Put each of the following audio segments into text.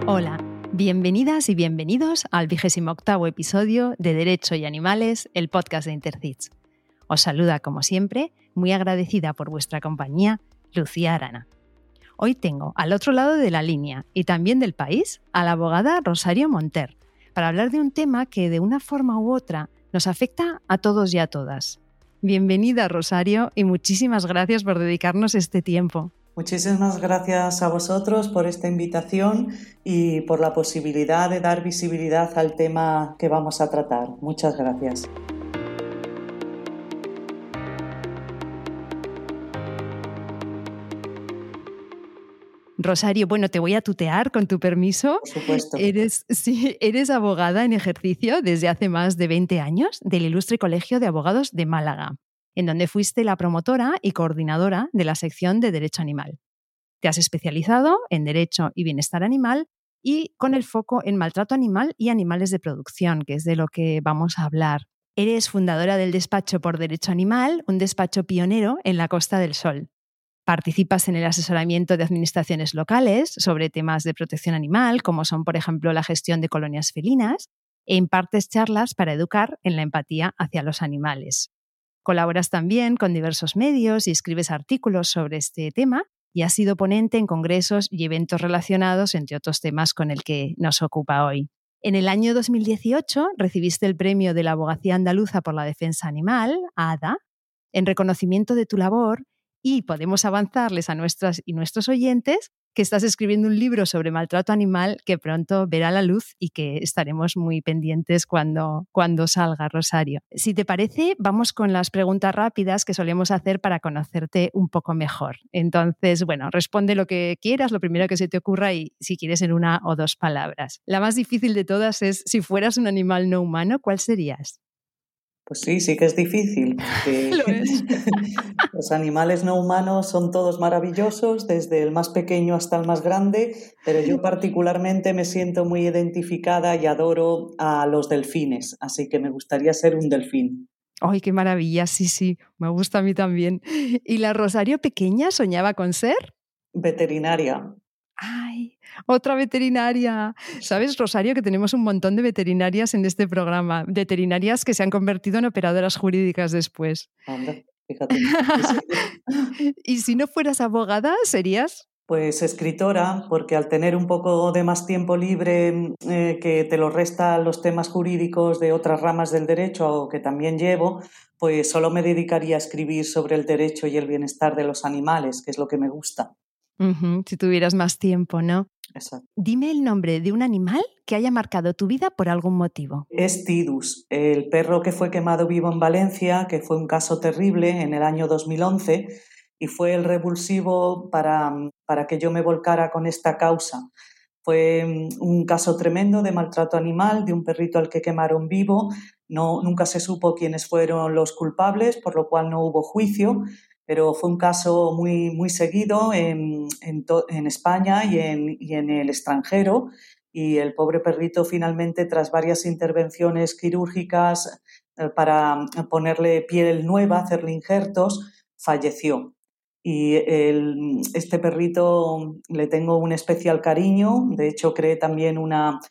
Hola, bienvenidas y bienvenidos al 28º episodio de Derecho y Animales, el podcast de Intercits. Os saluda, como siempre, muy agradecida por vuestra compañía, Lucía Arana. Hoy tengo al otro lado de la línea y también del país a la abogada Rosario Monter para hablar de un tema que de una forma u otra nos afecta a todos y a todas. Bienvenida, Rosario, y muchísimas gracias por dedicarnos este tiempo. Muchísimas gracias a vosotros por esta invitación y por la posibilidad de dar visibilidad al tema que vamos a tratar. Muchas gracias. Rosario, bueno, te voy a tutear con tu permiso. Por supuesto. Eres abogada en ejercicio desde hace más de 20 años del Ilustre Colegio de Abogados de Málaga, en donde fuiste la promotora y coordinadora de la sección de Derecho Animal. Te has especializado en Derecho y Bienestar Animal y con el foco en maltrato animal y animales de producción, que es de lo que vamos a hablar. Eres fundadora del despacho por Derecho Animal, un despacho pionero en la Costa del Sol. Participas en el asesoramiento de administraciones locales sobre temas de protección animal, como son, por ejemplo, la gestión de colonias felinas, e impartes charlas para educar en la empatía hacia los animales. Colaboras también con diversos medios y escribes artículos sobre este tema y has sido ponente en congresos y eventos relacionados, entre otros temas con el que nos ocupa hoy. En el año 2018 recibiste el Premio de la Abogacía Andaluza por la Defensa Animal, ADA, en reconocimiento de tu labor. Y podemos avanzarles a nuestras y nuestros oyentes que estás escribiendo un libro sobre maltrato animal que pronto verá la luz y que estaremos muy pendientes cuando salga, Rosario. Si te parece, vamos con las preguntas rápidas que solemos hacer para conocerte un poco mejor. Entonces, bueno, responde lo que quieras, lo primero que se te ocurra y si quieres en una o dos palabras. La más difícil de todas es, si fueras un animal no humano, ¿cuál serías? Pues sí que es difícil, porque Lo es. los animales no humanos son todos maravillosos, desde el más pequeño hasta el más grande, pero yo particularmente me siento muy identificada y adoro a los delfines, así que me gustaría ser un delfín. ¡Ay, qué maravilla! Sí, me gusta a mí también. ¿Y la Rosario pequeña soñaba con ser? Veterinaria. ¡Ay! Otra veterinaria. ¿Sabes, Rosario, que tenemos un montón de veterinarias en este programa? Veterinarias que se han convertido en operadoras jurídicas después. Anda, fíjate. Sí. ¿Y si no fueras abogada, serías? Pues escritora, porque al tener un poco de más tiempo libre que te lo resta los temas jurídicos de otras ramas del derecho que también llevo, pues solo me dedicaría a escribir sobre el derecho y el bienestar de los animales, que es lo que me gusta. Si tuvieras más tiempo, ¿no? Exacto. Dime el nombre de un animal que haya marcado tu vida por algún motivo. Es Tidus, el perro que fue quemado vivo en Valencia, que fue un caso terrible en el año 2011 y fue el revulsivo para que yo me volcara con esta causa. Fue un caso tremendo de maltrato animal, de un perrito al que quemaron vivo. Nunca se supo quiénes fueron los culpables, por lo cual no hubo juicio, pero fue un caso muy, muy seguido en España y en el extranjero. Y el pobre perrito finalmente, tras varias intervenciones quirúrgicas para ponerle piel nueva, hacerle injertos, falleció. Y este perrito le tengo un especial cariño. De hecho, creé también una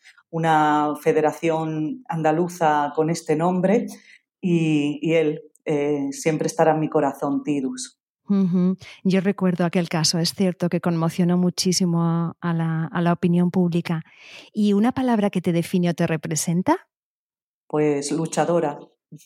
federación andaluza con este nombre y él siempre estará en mi corazón, Tidus. Yo recuerdo aquel caso, es cierto que conmocionó muchísimo a la opinión pública. ¿Y una palabra que te define o te representa? Pues luchadora.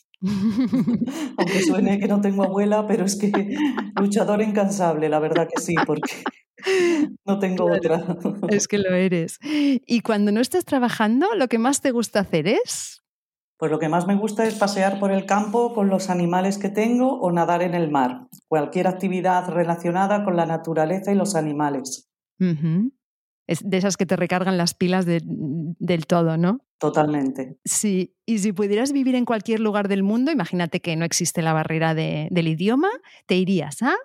Aunque suene que no tengo abuela, pero es que luchadora incansable, la verdad que sí, porque no tengo Claro, otra. es que lo eres. Y cuando no estás trabajando, ¿lo que más te gusta hacer es? Pues lo que más me gusta es pasear por el campo con los animales que tengo o nadar en el mar. Cualquier actividad relacionada con la naturaleza y los animales. Ujú. Es de esas que te recargan las pilas del todo, ¿no? Totalmente. Sí, y si pudieras vivir en cualquier lugar del mundo, imagínate que no existe la barrera del idioma, ¿te irías a?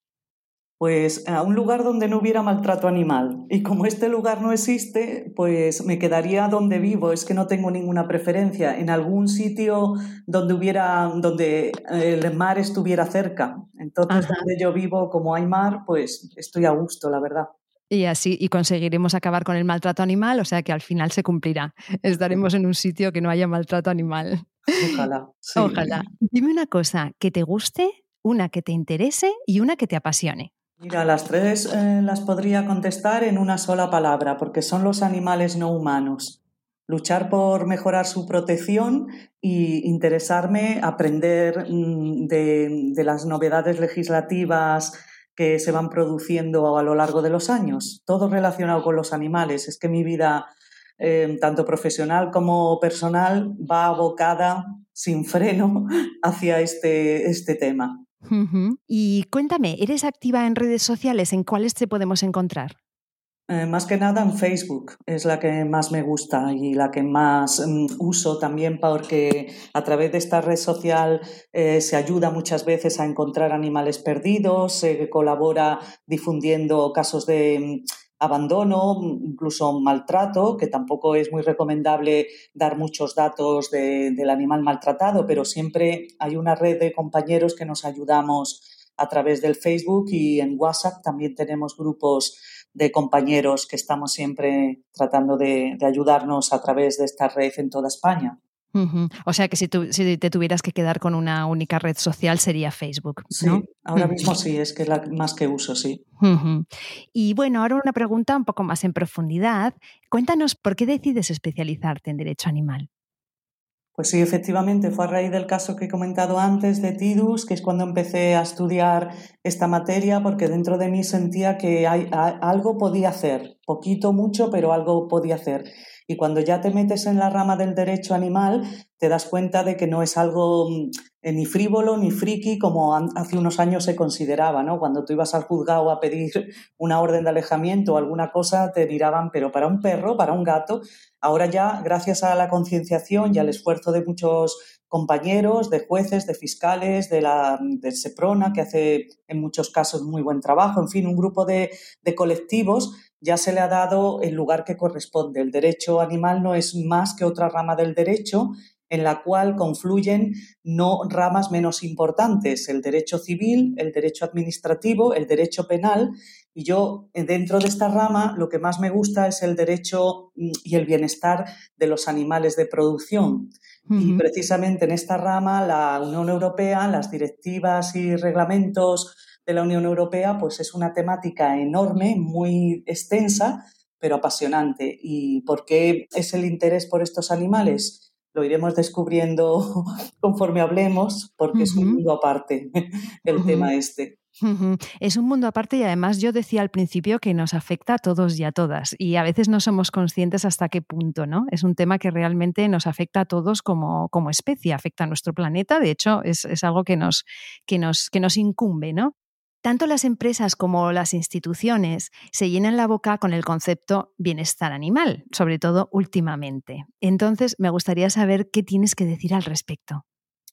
Pues a un lugar donde no hubiera maltrato animal. Y como este lugar no existe, pues me quedaría donde vivo. Es que no tengo ninguna preferencia. En algún sitio donde el mar estuviera cerca. Entonces, Ajá. donde yo vivo, como hay mar, pues estoy a gusto, la verdad. Y así y conseguiremos acabar con el maltrato animal, o sea que al final se cumplirá. Estaremos en un sitio que no haya maltrato animal. Ojalá, sí. Ojalá. Dime una cosa que te guste, una que te interese y una que te apasione. Mira, las tres las podría contestar en una sola palabra, porque son los animales no humanos. Luchar por mejorar su protección y interesarme, aprender de las novedades legislativas que se van produciendo a lo largo de los años. Todo relacionado con los animales. Es que mi vida, tanto profesional como personal, va abocada sin freno hacia este tema. Ujú. Y cuéntame, ¿eres activa en redes sociales? ¿En cuáles te podemos encontrar? Más que nada en Facebook es la que más me gusta y la que más uso también porque a través de esta red social se ayuda muchas veces a encontrar animales perdidos, se colabora difundiendo casos de abandono, incluso maltrato, que tampoco es muy recomendable dar muchos datos del animal maltratado, pero siempre hay una red de compañeros que nos ayudamos a través del Facebook y en WhatsApp también tenemos grupos de compañeros que estamos siempre tratando de ayudarnos a través de esta red en toda España. Ujú. O sea que si te tuvieras que quedar con una única red social sería Facebook, ¿no? Sí, ahora Ujú. mismo sí, es que es la más que uso, sí. Ujú. Y bueno, ahora una pregunta un poco más en profundidad. Cuéntanos por qué decides especializarte en derecho animal. Pues sí, efectivamente, fue a raíz del caso que he comentado antes de Tidus, que es cuando empecé a estudiar esta materia, porque dentro de mí sentía que algo podía hacer, poquito, mucho, pero algo podía hacer. Y cuando ya te metes en la rama del derecho animal, te das cuenta de que no es algo ni frívolo ni friki como hace unos años se consideraba, ¿no? Cuando tú ibas al juzgado a pedir una orden de alejamiento o alguna cosa, te miraban, pero para un perro, para un gato. Ahora ya, gracias a la concienciación y al esfuerzo de muchos compañeros, de jueces, de fiscales, de Seprona, que hace en muchos casos muy buen trabajo, en fin, un grupo de colectivos, ya se le ha dado el lugar que corresponde. El derecho animal no es más que otra rama del derecho en la cual confluyen no ramas menos importantes, el derecho civil, el derecho administrativo, el derecho penal. Y yo, dentro de esta rama, lo que más me gusta es el derecho y el bienestar de los animales de producción. Y Ujú. precisamente en esta rama, la Unión Europea, las directivas y reglamentos de la Unión Europea, pues es una temática enorme, muy extensa, pero apasionante. ¿Y por qué es el interés por estos animales? Lo iremos descubriendo conforme hablemos, porque es un Ujú. mundo aparte el Ujú. tema este. Ujú. Es un mundo aparte y además yo decía al principio que nos afecta a todos y a todas y a veces no somos conscientes hasta qué punto, ¿no? Es un tema que realmente nos afecta a todos como especie, afecta a nuestro planeta, de hecho es algo que nos incumbe, ¿no? Tanto las empresas como las instituciones se llenan la boca con el concepto bienestar animal, sobre todo últimamente. Entonces, me gustaría saber qué tienes que decir al respecto.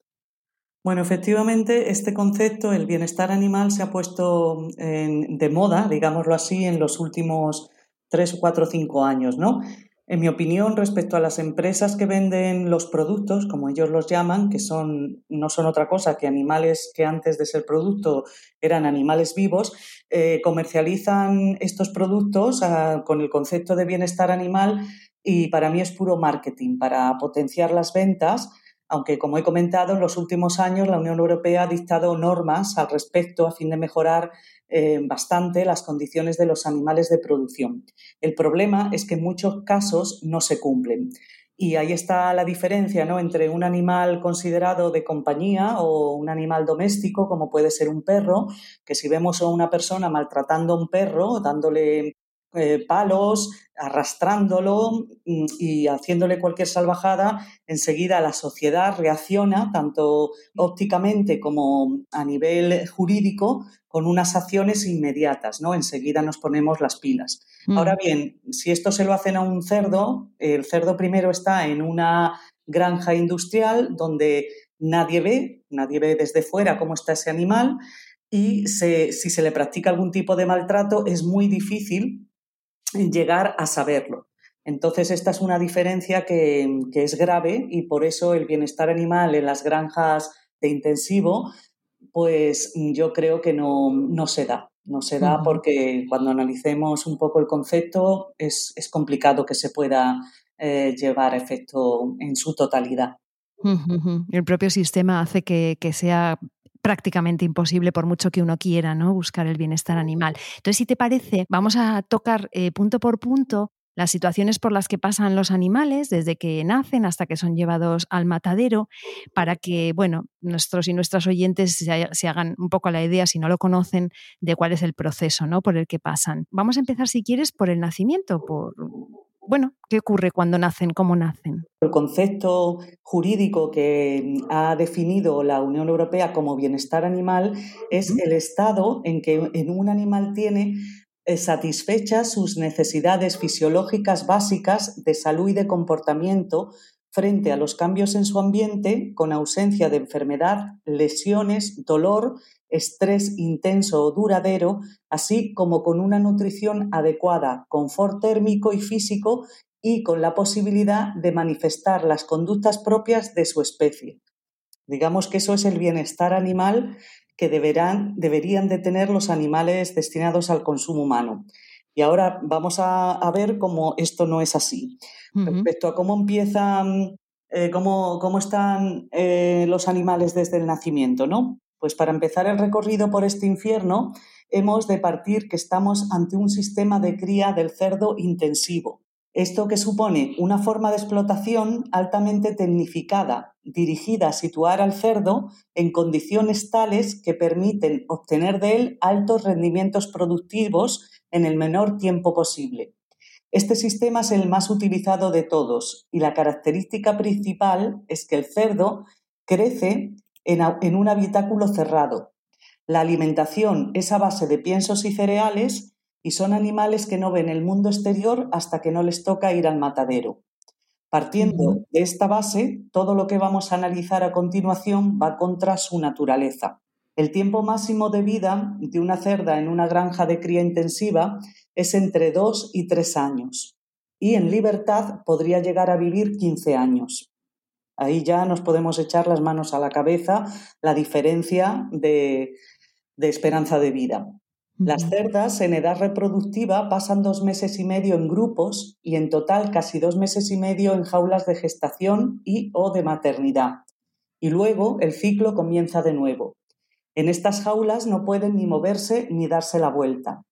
Bueno, efectivamente, este concepto, el bienestar animal, se ha puesto de moda, digámoslo así, en los últimos 3, 4, 5 años, ¿no? En mi opinión, respecto a las empresas que venden los productos, como ellos los llaman, que no son otra cosa que animales que antes de ser producto eran animales vivos, comercializan estos productos con el concepto de bienestar animal y para mí es puro marketing, para potenciar las ventas, aunque, como he comentado, en los últimos años la Unión Europea ha dictado normas al respecto a fin de mejorar bastante las condiciones de los animales de producción. El problema es que en muchos casos no se cumplen. Y ahí está la diferencia, ¿no?, entre un animal considerado de compañía o un animal doméstico, como puede ser un perro, que si vemos a una persona maltratando a un perro, dándole palos, arrastrándolo y haciéndole cualquier salvajada, enseguida la sociedad reacciona, tanto ópticamente como a nivel jurídico, con unas acciones inmediatas, ¿no? Enseguida nos ponemos las pilas. Ahora Mm. bien, si esto se lo hacen a un cerdo, el cerdo primero está en una granja industrial donde nadie ve desde fuera cómo está ese animal y si se le practica algún tipo de maltrato es muy difícil llegar a saberlo. Entonces, esta es una diferencia que es grave y por eso el bienestar animal en las granjas de intensivo, pues yo creo que no se da. No se da porque cuando analicemos un poco el concepto es complicado que se pueda llevar a efecto en su totalidad. El propio sistema hace que sea prácticamente imposible, por mucho que uno quiera, ¿no?, buscar el bienestar animal. Entonces, si te parece, vamos a tocar punto por punto las situaciones por las que pasan los animales desde que nacen hasta que son llevados al matadero, para que, bueno, nuestros y nuestras oyentes se hagan un poco la idea, si no lo conocen, de cuál es el proceso, ¿no?, por el que pasan. Vamos a empezar, si quieres, por el nacimiento, bueno, ¿qué ocurre cuando nacen? ¿Cómo nacen? El concepto jurídico que ha definido la Unión Europea como bienestar animal es el estado en que un animal tiene satisfechas sus necesidades fisiológicas básicas de salud y de comportamiento frente a los cambios en su ambiente, con ausencia de enfermedad, lesiones, dolor, estrés intenso o duradero, así como con una nutrición adecuada, confort térmico y físico y con la posibilidad de manifestar las conductas propias de su especie. Digamos que eso es el bienestar animal que deberían de tener los animales destinados al consumo humano. Y ahora vamos a ver cómo esto no es así. Respecto a cómo empiezan, cómo están los animales desde el nacimiento, ¿no? Pues para empezar el recorrido por este infierno, hemos de partir que estamos ante un sistema de cría del cerdo intensivo. Esto que supone una forma de explotación altamente tecnificada, dirigida a situar al cerdo en condiciones tales que permiten obtener de él altos rendimientos productivos en el menor tiempo posible. Este sistema es el más utilizado de todos y la característica principal es que el cerdo crece en un habitáculo cerrado. La alimentación es a base de piensos y cereales y son animales que no ven el mundo exterior hasta que no les toca ir al matadero. Partiendo de esta base, todo lo que vamos a analizar a continuación va contra su naturaleza. El tiempo máximo de vida de una cerda en una granja de cría intensiva es entre 2 y 3 años y en libertad podría llegar a vivir 15 años. Ahí ya nos podemos echar las manos a la cabeza la diferencia de esperanza de vida. Las cerdas en edad reproductiva pasan 2 meses y medio en grupos y en total casi 2 meses y medio en jaulas de gestación y o de maternidad. Y luego el ciclo comienza de nuevo. En estas jaulas no pueden ni moverse ni darse la vuelta.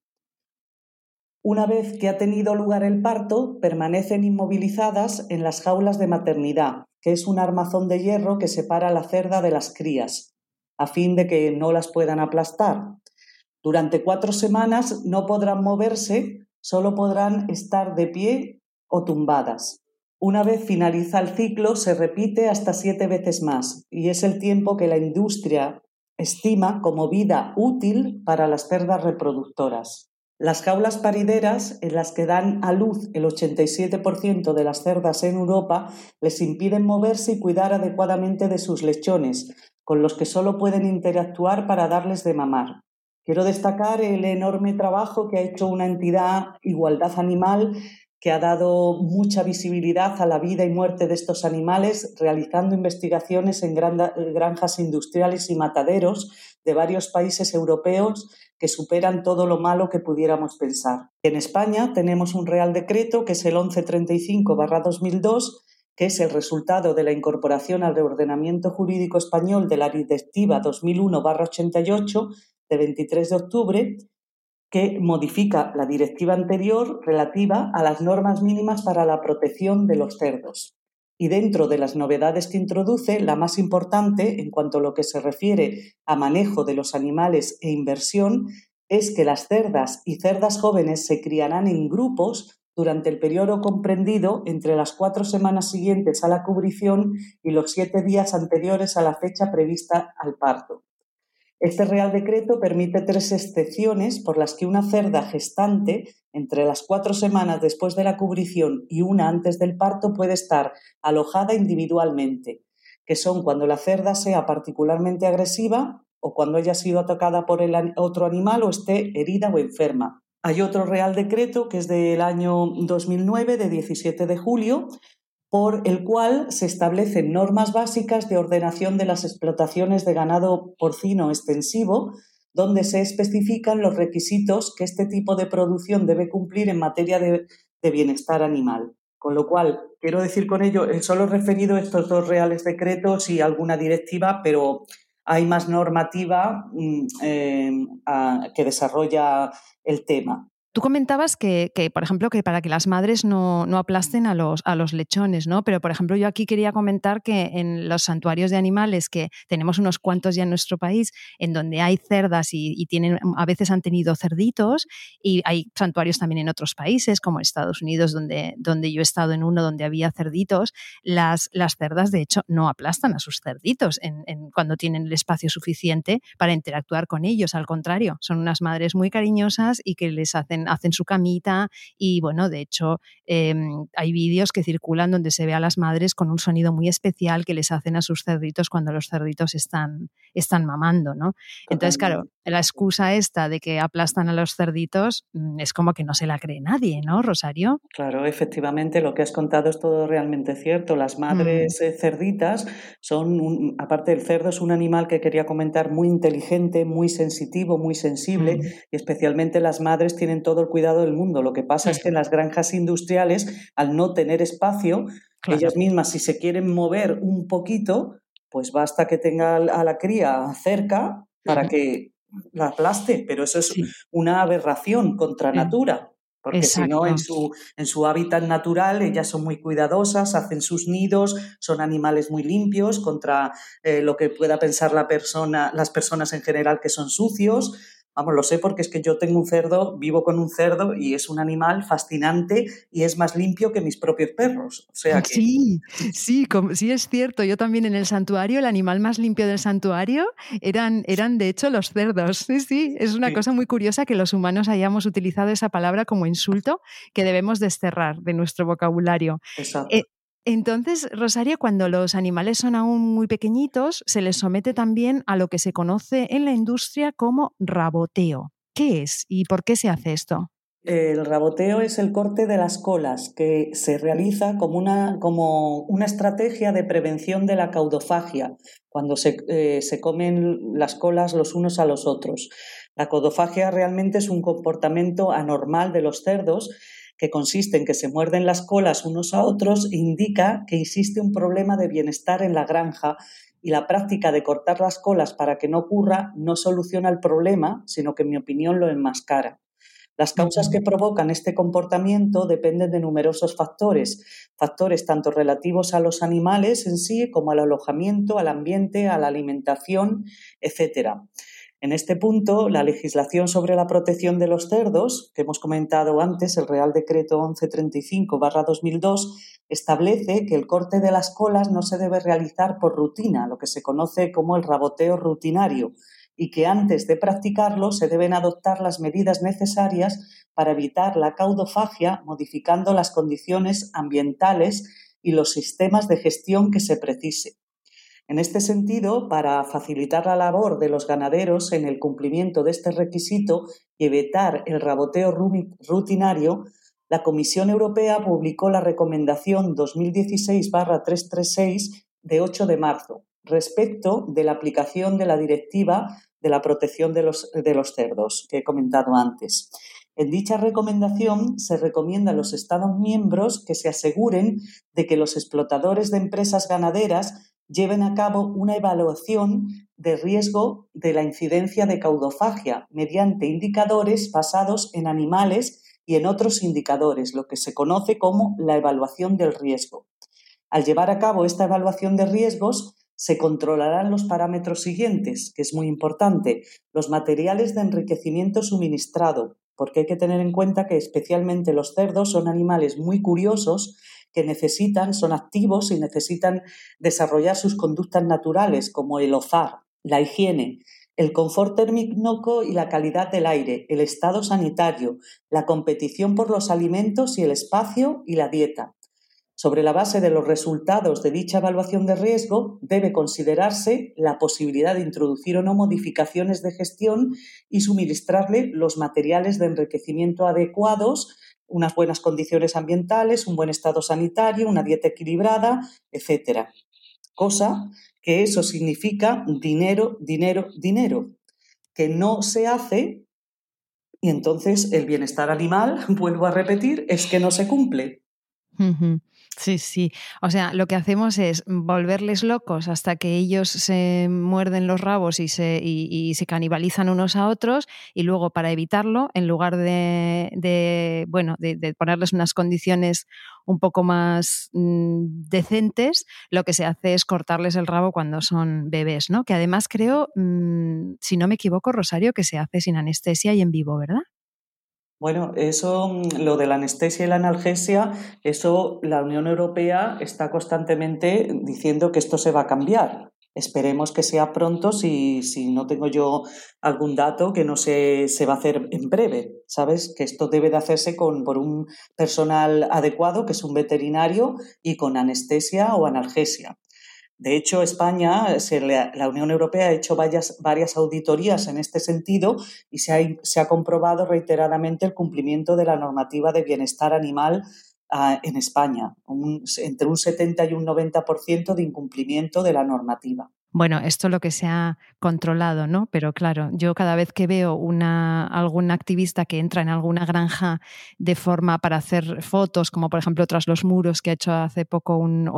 Una vez que ha tenido lugar el parto, permanecen inmovilizadas en las jaulas de maternidad, que es un armazón de hierro que separa la cerda de las crías, a fin de que no las puedan aplastar. Durante 4 semanas no podrán moverse, solo podrán estar de pie o tumbadas. Una vez finaliza el ciclo, se repite hasta 7 veces más y es el tiempo que la industria estima como vida útil para las cerdas reproductoras. Las jaulas parideras, en las que dan a luz el 87% de las cerdas en Europa, les impiden moverse y cuidar adecuadamente de sus lechones, con los que solo pueden interactuar para darles de mamar. Quiero destacar el enorme trabajo que ha hecho una entidad, Igualdad Animal, que ha dado mucha visibilidad a la vida y muerte de estos animales, realizando investigaciones en granjas industriales y mataderos de varios países europeos que superan todo lo malo que pudiéramos pensar. En España tenemos un Real Decreto, que es el 1135/2002, que es el resultado de la incorporación al ordenamiento jurídico español de la Directiva 2001/88, de 23 de octubre, que modifica la directiva anterior relativa a las normas mínimas para la protección de los cerdos. Y dentro de las novedades que introduce, la más importante en cuanto a lo que se refiere a manejo de los animales e inversión es que las cerdas y cerdas jóvenes se criarán en grupos durante el periodo comprendido entre las 4 semanas siguientes a la cubrición y los 7 días anteriores a la fecha prevista al parto. Este Real Decreto permite 3 excepciones por las que una cerda gestante, entre las 4 semanas después de la cubrición y una antes del parto, puede estar alojada individualmente, que son cuando la cerda sea particularmente agresiva o cuando haya sido atacada por otro animal o esté herida o enferma. Hay otro Real Decreto, que es del año 2009, de 17 de julio, por el cual se establecen normas básicas de ordenación de las explotaciones de ganado porcino extensivo, donde se especifican los requisitos que este tipo de producción debe cumplir en materia de bienestar animal. Con lo cual, quiero decir con ello, solo he referido estos dos reales decretos y alguna directiva, pero hay más normativa que desarrolla el tema. Tú comentabas que, por ejemplo, que para que las madres no aplasten a los lechones, ¿no? Pero, por ejemplo, yo aquí quería comentar que en los santuarios de animales, que tenemos unos cuantos ya en nuestro país, en donde hay cerdas y a veces han tenido cerditos, y hay santuarios también en otros países, como Estados Unidos, donde yo he estado en uno donde había cerditos, las cerdas, de hecho, no aplastan a sus cerditos cuando tienen el espacio suficiente para interactuar con ellos. Al contrario, son unas madres muy cariñosas y que les hacen su camita y, bueno, de hecho, hay vídeos que circulan donde se ve a las madres con un sonido muy especial que les hacen a sus cerditos cuando los cerditos están mamando, ¿no? Entonces, claro, la excusa esta de que aplastan a los cerditos es como que no se la cree nadie, ¿no, Rosario? Claro, efectivamente, lo que has contado es todo realmente cierto. Las madres cerditas son, aparte del cerdo, es un animal que quería comentar muy inteligente, muy sensitivo, muy sensible, y especialmente las madres tienen todo el cuidado del mundo. Lo que pasa es que en las granjas industriales, al no tener espacio, Claro. ellas mismas, si se quieren mover un poquito, pues basta que tenga a la cría cerca para que la aplaste, pero eso es una aberración contra natura. Porque si no, Exacto. en su hábitat natural, ellas son muy cuidadosas, hacen sus nidos, son animales muy limpios contra lo que pueda pensar las personas en general que son sucios. Vamos, lo sé porque es que yo tengo un cerdo, vivo con un cerdo y es un animal fascinante y es más limpio que mis propios perros. O sea que... Sí, es cierto. Yo también en el santuario, el animal más limpio del santuario eran de hecho los cerdos. Sí, es una cosa muy curiosa que los humanos hayamos utilizado esa palabra como insulto que debemos desterrar de nuestro vocabulario. Exacto. Entonces, Rosario, cuando los animales son aún muy pequeñitos, se les somete también a lo que se conoce en la industria como raboteo. ¿Qué es y por qué se hace esto? El raboteo es el corte de las colas que se realiza como una estrategia de prevención de la caudofagia, cuando se comen las colas los unos a los otros. La caudofagia realmente es un comportamiento anormal de los cerdos que consiste en que se muerden las colas unos a otros e indica que existe un problema de bienestar en la granja, y la práctica de cortar las colas para que no ocurra no soluciona el problema, sino que en mi opinión lo enmascara. Las causas que provocan este comportamiento dependen de numerosos factores tanto relativos a los animales en sí como al alojamiento, al ambiente, a la alimentación, etcétera. En este punto, la legislación sobre la protección de los cerdos, que hemos comentado antes, el Real Decreto 1135/2002, establece que el corte de las colas no se debe realizar por rutina, lo que se conoce como el raboteo rutinario, y que antes de practicarlo se deben adoptar las medidas necesarias para evitar la caudofagia, modificando las condiciones ambientales y los sistemas de gestión que se precise. En este sentido, para facilitar la labor de los ganaderos en el cumplimiento de este requisito y evitar el raboteo rutinario, la Comisión Europea publicó la Recomendación 2016/336 de 8 de marzo respecto de la aplicación de la Directiva de la protección de los cerdos, que he comentado antes. En dicha recomendación se recomienda a los Estados miembros que se aseguren de que los explotadores de empresas ganaderas lleven a cabo una evaluación de riesgo de la incidencia de caudofagia mediante indicadores basados en animales y en otros indicadores, lo que se conoce como la evaluación del riesgo. Al llevar a cabo esta evaluación de riesgos, se controlarán los parámetros siguientes, que es muy importante: los materiales de enriquecimiento suministrado, porque hay que tener en cuenta que especialmente los cerdos son animales muy curiosos que son activos y necesitan desarrollar sus conductas naturales, como el ozar, la higiene, el confort térmico y la calidad del aire, el estado sanitario, la competición por los alimentos y el espacio y la dieta. Sobre la base de los resultados de dicha evaluación de riesgo, debe considerarse la posibilidad de introducir o no modificaciones de gestión y suministrarle los materiales de enriquecimiento adecuados, unas buenas condiciones ambientales, un buen estado sanitario, una dieta equilibrada, etcétera. Cosa que eso significa dinero, dinero, dinero. que no se hace y entonces el bienestar animal, vuelvo a repetir, es que no se cumple. Ujú. Sí, sí. O sea, lo que hacemos es volverles locos hasta que ellos se muerden los rabos y se canibalizan unos a otros, y luego, para evitarlo, en lugar de ponerles unas condiciones un poco más decentes, lo que se hace es cortarles el rabo cuando son bebés, ¿no? Que además creo, si no me equivoco, Rosario, que se hace sin anestesia y en vivo, ¿verdad? Bueno, eso, lo de la anestesia y la analgesia, eso la Unión Europea está constantemente diciendo que esto se va a cambiar. Esperemos que sea pronto, si no tengo yo algún dato que no se va a hacer en breve, ¿sabes? Que esto debe de hacerse por un personal adecuado, que es un veterinario, y con anestesia o analgesia. De hecho, España, la Unión Europea ha hecho varias auditorías en este sentido y se ha comprobado reiteradamente el cumplimiento de la normativa de bienestar animal en España, entre un 70 y un 90% de incumplimiento de la normativa. Bueno, esto es lo que se ha controlado, ¿no? Pero claro, yo cada vez que veo algún activista que entra en alguna granja de forma para hacer fotos, como por ejemplo Tras los muros, que ha hecho hace poco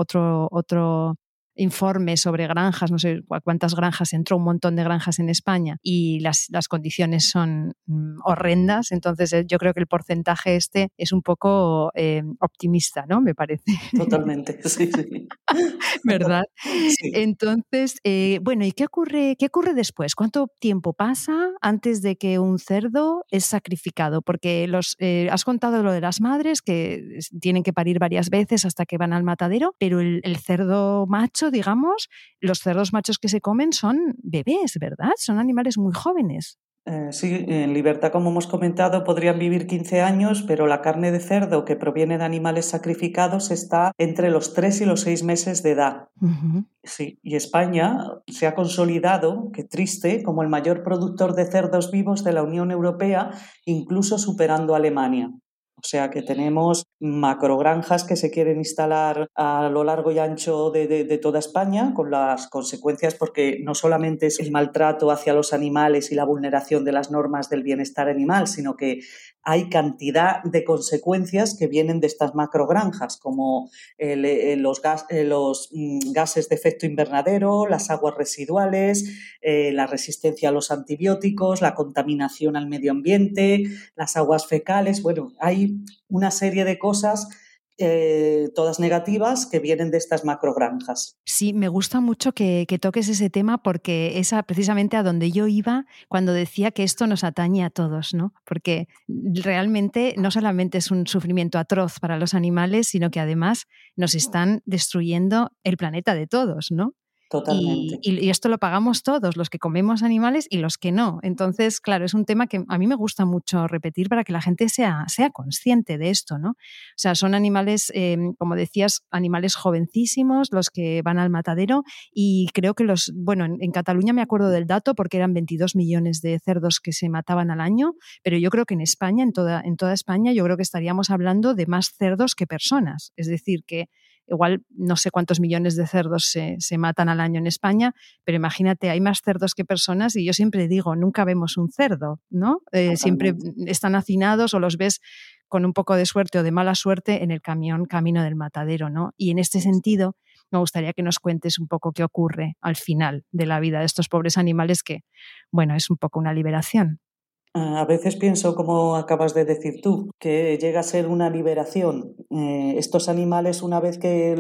otro informe sobre granjas, no sé cuántas granjas, entró un montón de granjas en España y las condiciones son horrendas, entonces yo creo que el porcentaje este es un poco optimista, ¿no? Me parece. Totalmente, sí, sí. ¿Verdad? Sí. Entonces, bueno, ¿y qué ocurre después? ¿Cuánto tiempo pasa antes de que un cerdo es sacrificado? Porque has contado lo de las madres que tienen que parir varias veces hasta que van al matadero, pero el cerdo macho, digamos, los cerdos machos que se comen son bebés, ¿verdad? Son animales muy jóvenes. Sí, en libertad, como hemos comentado, podrían vivir 15 años, pero la carne de cerdo que proviene de animales sacrificados está entre los 3 y los 6 meses de edad. Ujú. Sí, y España se ha consolidado, qué triste, como el mayor productor de cerdos vivos de la Unión Europea, incluso superando a Alemania. O sea que tenemos macrogranjas que se quieren instalar a lo largo y ancho de toda España, con las consecuencias, porque no solamente es el maltrato hacia los animales y la vulneración de las normas del bienestar animal, sino que hay cantidad de consecuencias que vienen de estas macrogranjas, como los gases de efecto invernadero, las aguas residuales, la resistencia a los antibióticos, la contaminación al medio ambiente, las aguas fecales. Bueno, hay una serie de cosas, todas negativas, que vienen de estas macrogranjas. Sí, me gusta mucho que toques ese tema porque es precisamente a donde yo iba cuando decía que esto nos atañe a todos, ¿no? Porque realmente no solamente es un sufrimiento atroz para los animales, sino que además nos están destruyendo el planeta de todos, ¿no? Totalmente. Y esto lo pagamos todos, los que comemos animales y los que no. Entonces, claro, es un tema que a mí me gusta mucho repetir para que la gente sea consciente de esto, ¿no? O sea, son animales, como decías, animales jovencísimos los que van al matadero, y creo que bueno, en Cataluña me acuerdo del dato porque eran 22 millones de cerdos que se mataban al año, pero yo creo que en España, en toda España, yo creo que estaríamos hablando de más cerdos que personas. Es decir, que igual no sé cuántos millones de cerdos se matan al año en España, pero imagínate, hay más cerdos que personas y yo siempre digo, nunca vemos un cerdo, ¿no? Siempre Totalmente. están hacinados o los ves con un poco de suerte o de mala suerte en el camino del matadero, ¿no? Y en este sentido, me gustaría que nos cuentes un poco qué ocurre al final de la vida de estos pobres animales que, bueno, es un poco una liberación. A veces pienso, como acabas de decir tú, que llega a ser una liberación. Estos animales, una vez que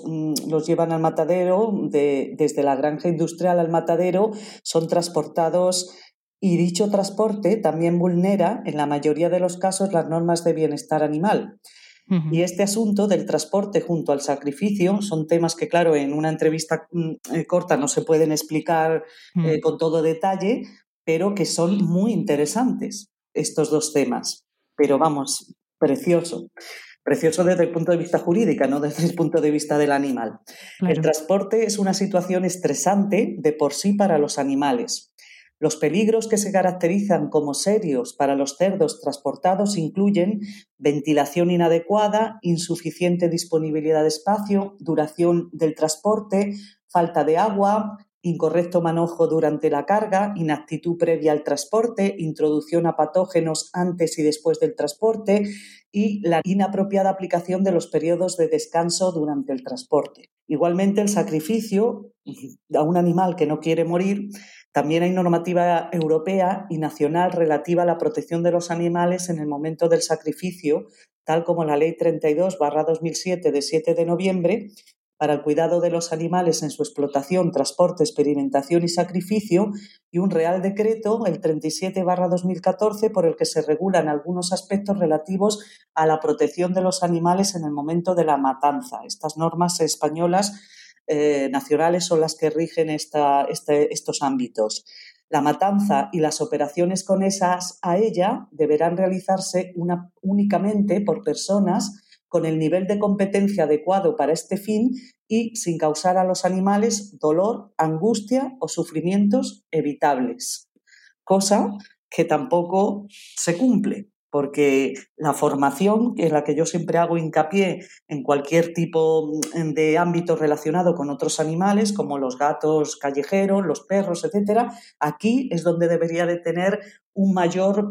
los llevan al matadero, desde la granja industrial al matadero, son transportados, y dicho transporte también vulnera, en la mayoría de los casos, las normas de bienestar animal. Y Ujú. este asunto del transporte junto al sacrificio son temas que, claro, en una entrevista corta no se pueden explicar Mm. con todo detalle, pero que son muy interesantes estos dos temas. Pero vamos, precioso. Precioso desde el punto de vista jurídico, no desde el punto de vista del animal. El Claro. transporte es una situación estresante de por sí para los animales. Los peligros que se caracterizan como serios para los cerdos transportados incluyen ventilación inadecuada, insuficiente disponibilidad de espacio, duración del transporte, falta de agua, incorrecto manejo durante la carga, inactitud previa al transporte, introducción a patógenos antes y después del transporte y la inapropiada aplicación de los periodos de descanso durante el transporte. Igualmente, el sacrificio a un animal que no quiere morir. También hay normativa europea y nacional relativa a la protección de los animales en el momento del sacrificio, tal como la Ley 32/2007 de 7 de noviembre para el cuidado de los animales en su explotación, transporte, experimentación y sacrificio, y un Real Decreto, el 37/2014, por el que se regulan algunos aspectos relativos a la protección de los animales en el momento de la matanza. Estas normas españolas nacionales son las que rigen estos ámbitos. La matanza y las operaciones conexas a ella deberán realizarse únicamente por personas con el nivel de competencia adecuado para este fin y sin causar a los animales dolor, angustia o sufrimientos evitables, cosa que tampoco se cumple, porque la formación, que es la que yo siempre hago hincapié en cualquier tipo de ámbito relacionado con otros animales, como los gatos callejeros, los perros, etcétera, aquí es donde debería de tener un mayor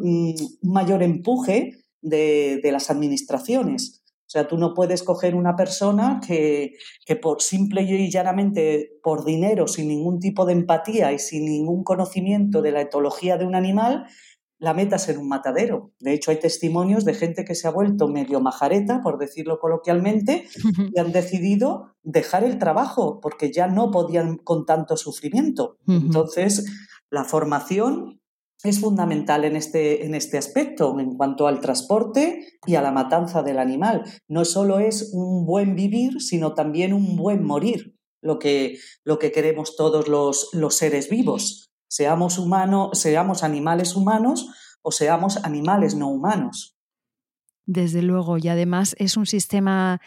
empuje de las administraciones. O sea, tú no puedes coger una persona que por simple y llanamente por dinero, sin ningún tipo de empatía y sin ningún conocimiento de la etología de un animal, la metas en un matadero. De hecho, hay testimonios de gente que se ha vuelto medio majareta, por decirlo coloquialmente, y han decidido dejar el trabajo porque ya no podían con tanto sufrimiento. Entonces, la formación es fundamental en este aspecto, en cuanto al transporte y a la matanza del animal. No solo es un buen vivir, sino también un buen morir, lo que queremos todos los seres vivos. Seamos animales humanos o seamos animales no humanos. Desde luego, y además es un sistema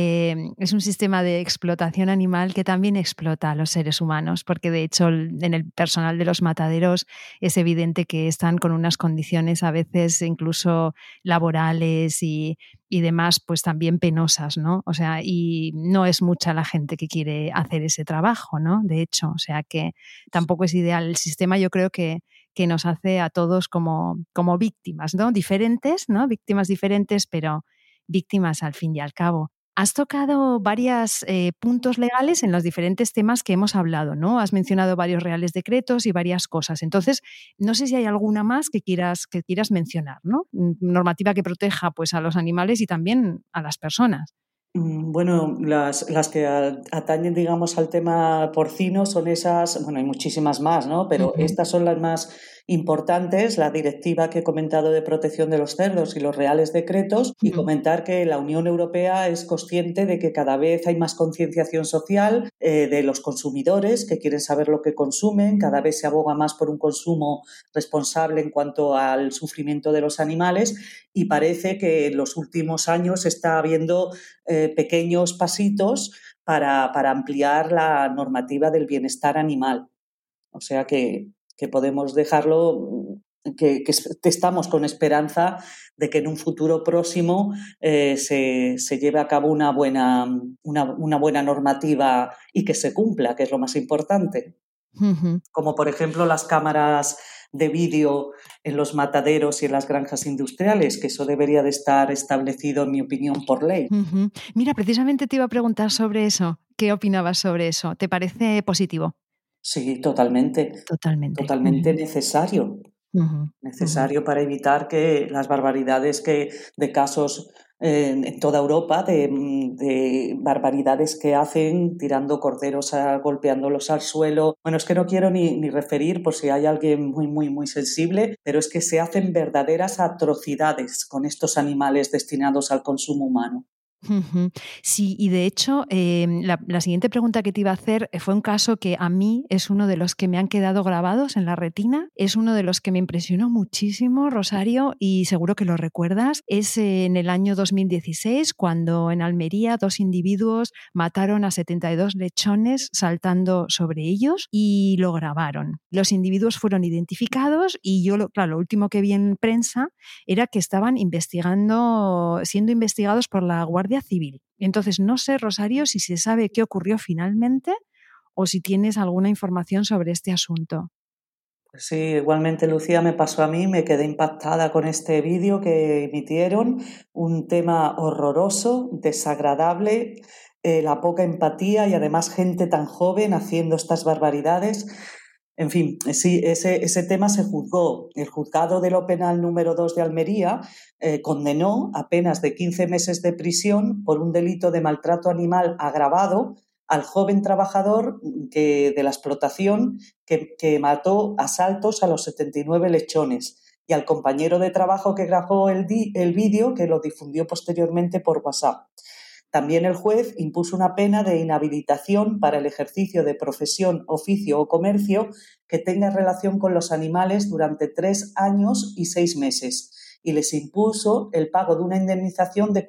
de explotación animal que también explota a los seres humanos, porque de hecho en el personal de los mataderos es evidente que están con unas condiciones a veces incluso laborales y demás, pues también penosas, ¿no? O sea, y no es mucha la gente que quiere hacer ese trabajo, ¿no? De hecho, o sea que tampoco es ideal. El sistema, yo creo que nos hace a todos como víctimas, ¿no? Diferentes, ¿no? Víctimas diferentes, pero víctimas al fin y al cabo. Has tocado varios puntos legales en los diferentes temas que hemos hablado, ¿no? Has mencionado varios reales decretos y varias cosas. Entonces, no sé si hay alguna más que quieras mencionar, ¿no? Normativa que proteja, pues, a los animales y también a las personas. Bueno, las que atañen, digamos, al tema porcino son esas, bueno, hay muchísimas más, ¿no? Pero estas son las más importantes, la directiva que he comentado de protección de los cerdos y los reales decretos, y comentar que la Unión Europea es consciente de que cada vez hay más concienciación social de los consumidores que quieren saber lo que consumen, cada vez se aboga más por un consumo responsable en cuanto al sufrimiento de los animales, y parece que en los últimos años está habiendo pequeños pasitos para ampliar la normativa del bienestar animal. O sea que podemos dejarlo, que estamos con esperanza de que en un futuro próximo se lleve a cabo una buena normativa y que se cumpla, que es lo más importante. Como por ejemplo las cámaras de vídeo en los mataderos y en las granjas industriales, que eso debería de estar establecido, en mi opinión, por ley. Mira, precisamente te iba a preguntar sobre eso. ¿Qué opinabas sobre eso? ¿Te parece positivo? Sí, totalmente. Totalmente necesario. Necesario para evitar que las barbaridades de casos en toda Europa de barbaridades que hacen tirando corderos, golpeándolos al suelo. Bueno, es que no quiero ni referir por si hay alguien muy, muy, muy sensible, pero es que se hacen verdaderas atrocidades con estos animales destinados al consumo humano. Sí, y de hecho, la siguiente pregunta que te iba a hacer fue un caso que a mí es uno de los que me han quedado grabados en la retina, es uno de los que me impresionó muchísimo, Rosario, y seguro que lo recuerdas. Es en el año 2016, cuando en Almería 2 individuos mataron a 72 lechones saltando sobre ellos y lo grabaron. Los individuos fueron identificados y yo, claro, lo último que vi en prensa era que estaban siendo investigados por la Guardia Civil. Entonces, no sé, Rosario, si se sabe qué ocurrió finalmente o si tienes alguna información sobre este asunto. Sí, igualmente Lucía, me pasó a mí, me quedé impactada con este vídeo que emitieron, un tema horroroso, desagradable, la poca empatía y además gente tan joven haciendo estas barbaridades. En fin, sí, ese tema se juzgó. El juzgado de lo penal número 2 de Almería condenó a penas de 15 meses de prisión por un delito de maltrato animal agravado al joven trabajador de la explotación que mató a saltos a los 79 lechones y al compañero de trabajo que grabó el vídeo que lo difundió posteriormente por WhatsApp. También el juez impuso una pena de inhabilitación para el ejercicio de profesión, oficio o comercio que tenga relación con los animales durante 3 años y 6 meses y les impuso el pago de una indemnización de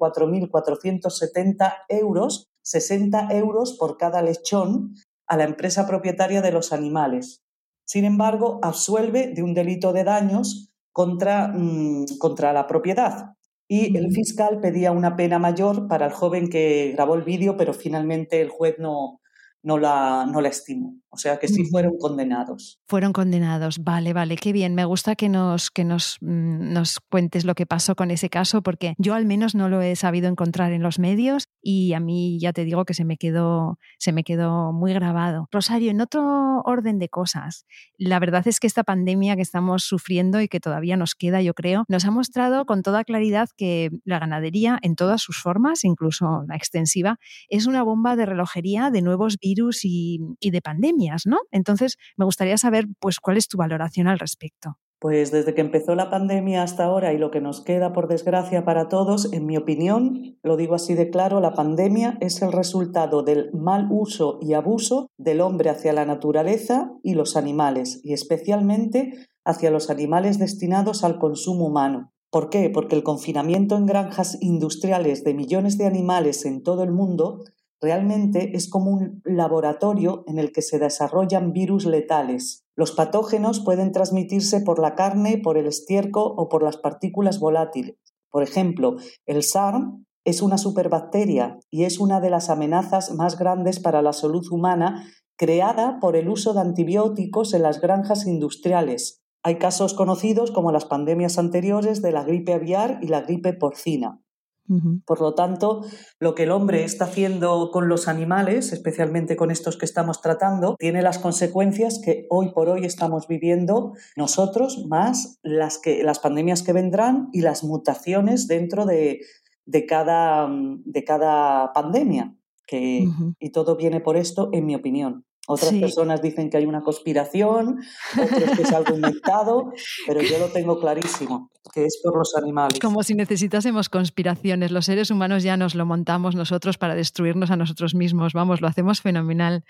4.470 euros, 60 euros por cada lechón, a la empresa propietaria de los animales. Sin embargo, absuelve de un delito de daños contra la propiedad. Y el fiscal pedía una pena mayor para el joven que grabó el vídeo, pero finalmente el juez no la estimó. O sea que sí fueron condenados. Fueron condenados. Vale, qué bien. Me gusta que nos cuentes lo que pasó con ese caso, porque yo al menos no lo he sabido encontrar en los medios y a mí ya te digo que se me quedó muy grabado. Rosario, en otro orden de cosas, la verdad es que esta pandemia que estamos sufriendo y que todavía nos queda, yo creo, nos ha mostrado con toda claridad que la ganadería en todas sus formas, incluso la extensiva, es una bomba de relojería de nuevos virus y de pandemias, ¿no? Entonces, me gustaría saber, pues, cuál es tu valoración al respecto. Pues desde que empezó la pandemia hasta ahora y lo que nos queda, por desgracia, para todos, en mi opinión, lo digo así de claro, la pandemia es el resultado del mal uso y abuso del hombre hacia la naturaleza y los animales, y especialmente hacia los animales destinados al consumo humano. ¿Por qué? Porque el confinamiento en granjas industriales de millones de animales en todo el mundo realmente es como un laboratorio en el que se desarrollan virus letales. Los patógenos pueden transmitirse por la carne, por el estiércol o por las partículas volátiles. Por ejemplo, el SARM es una superbacteria y es una de las amenazas más grandes para la salud humana, creada por el uso de antibióticos en las granjas industriales. Hay casos conocidos como las pandemias anteriores de la gripe aviar y la gripe porcina. Por lo tanto, lo que el hombre está haciendo con los animales, especialmente con estos que estamos tratando, tiene las consecuencias que hoy por hoy estamos viviendo nosotros, más las pandemias que vendrán y las mutaciones dentro de cada pandemia. Y todo viene por esto, en mi opinión. Otras personas dicen que hay una conspiración, otros que es algo inventado, pero yo lo tengo clarísimo, que es por los animales. Como si necesitásemos conspiraciones. Los seres humanos ya nos lo montamos nosotros para destruirnos a nosotros mismos. Vamos, lo hacemos fenomenal.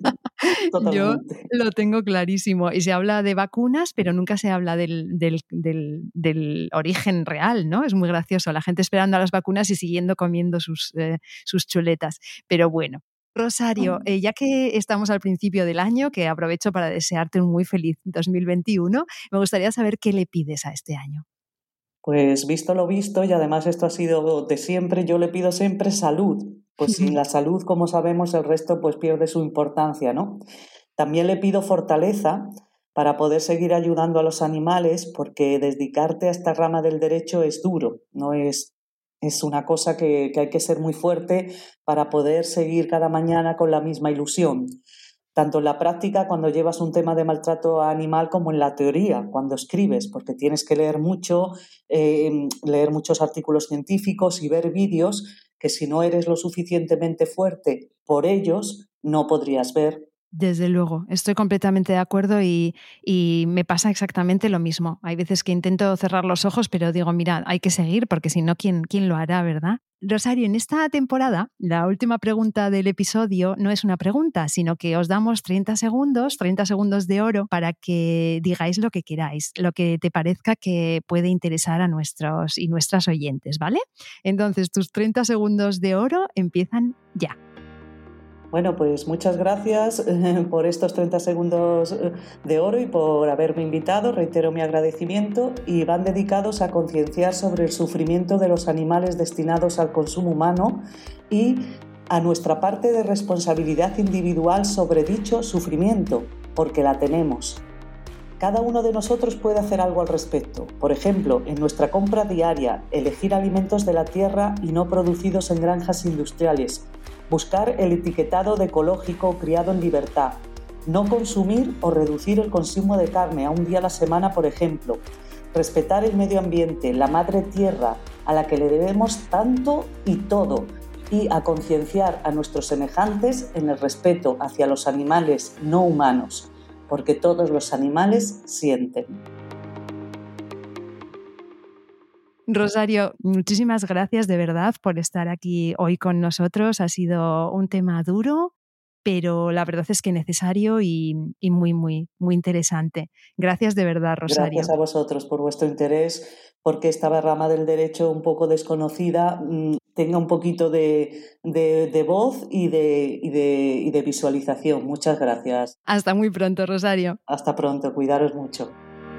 Totalmente. Yo lo tengo clarísimo. Y se habla de vacunas, pero nunca se habla del origen real, ¿no? Es muy gracioso. La gente esperando a las vacunas y siguiendo comiendo sus chuletas. Pero bueno. Rosario, ya que estamos al principio del año, que aprovecho para desearte un muy feliz 2021, me gustaría saber qué le pides a este año. Pues visto lo visto, y además esto ha sido de siempre, yo le pido siempre salud. Pues sin la salud, como sabemos, el resto pues pierde su importancia, ¿no? También le pido fortaleza para poder seguir ayudando a los animales, porque dedicarte a esta rama del derecho es duro, no es una cosa que hay que ser muy fuerte para poder seguir cada mañana con la misma ilusión. Tanto en la práctica, cuando llevas un tema de maltrato animal, como en la teoría, cuando escribes, porque tienes que leer mucho, leer muchos artículos científicos y ver vídeos que si no eres lo suficientemente fuerte por ellos, no podrías ver. Desde luego, estoy completamente de acuerdo y me pasa exactamente lo mismo. Hay veces que intento cerrar los ojos, pero digo, mira, hay que seguir porque si no, ¿quién lo hará, verdad? Rosario, en esta temporada, la última pregunta del episodio no es una pregunta, sino que os damos 30 segundos de oro para que digáis lo que queráis, lo que te parezca que puede interesar a nuestros y nuestras oyentes, ¿vale? Entonces, tus 30 segundos de oro empiezan ya. Bueno, pues muchas gracias por estos 30 segundos de oro y por haberme invitado. Reitero mi agradecimiento y van dedicados a concienciar sobre el sufrimiento de los animales destinados al consumo humano y a nuestra parte de responsabilidad individual sobre dicho sufrimiento, porque la tenemos. Cada uno de nosotros puede hacer algo al respecto. Por ejemplo, en nuestra compra diaria, elegir alimentos de la tierra y no producidos en granjas industriales, buscar el etiquetado de ecológico criado en libertad, no consumir o reducir el consumo de carne a un día a la semana, por ejemplo, respetar el medio ambiente, la madre tierra, a la que le debemos tanto y todo, y a concienciar a nuestros semejantes en el respeto hacia los animales no humanos, porque todos los animales sienten. Rosario, muchísimas gracias de verdad por estar aquí hoy con nosotros. Ha sido un tema duro, pero la verdad es que necesario y muy, muy, muy interesante. Gracias de verdad, Rosario. Gracias a vosotros por vuestro interés, porque esta rama del derecho un poco desconocida tenga un poquito de voz y de visualización. Muchas gracias. Hasta muy pronto, Rosario. Hasta pronto, cuidaros mucho.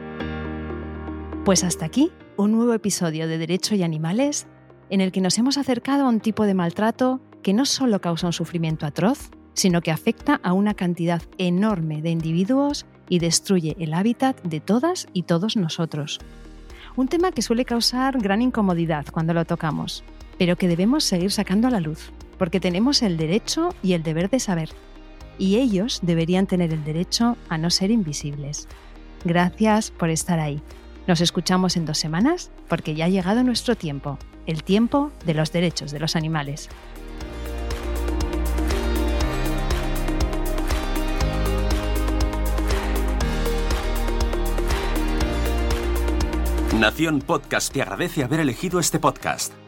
Pues hasta aquí un nuevo episodio de Derecho y Animales en el que nos hemos acercado a un tipo de maltrato que no solo causa un sufrimiento atroz, sino que afecta a una cantidad enorme de individuos y destruye el hábitat de todas y todos nosotros. Un tema que suele causar gran incomodidad cuando lo tocamos, pero que debemos seguir sacando a la luz, porque tenemos el derecho y el deber de saber, y ellos deberían tener el derecho a no ser invisibles. Gracias por estar ahí. Nos escuchamos en 2 semanas, porque ya ha llegado nuestro tiempo, el tiempo de los derechos de los animales. Nación Podcast te agradece haber elegido este podcast.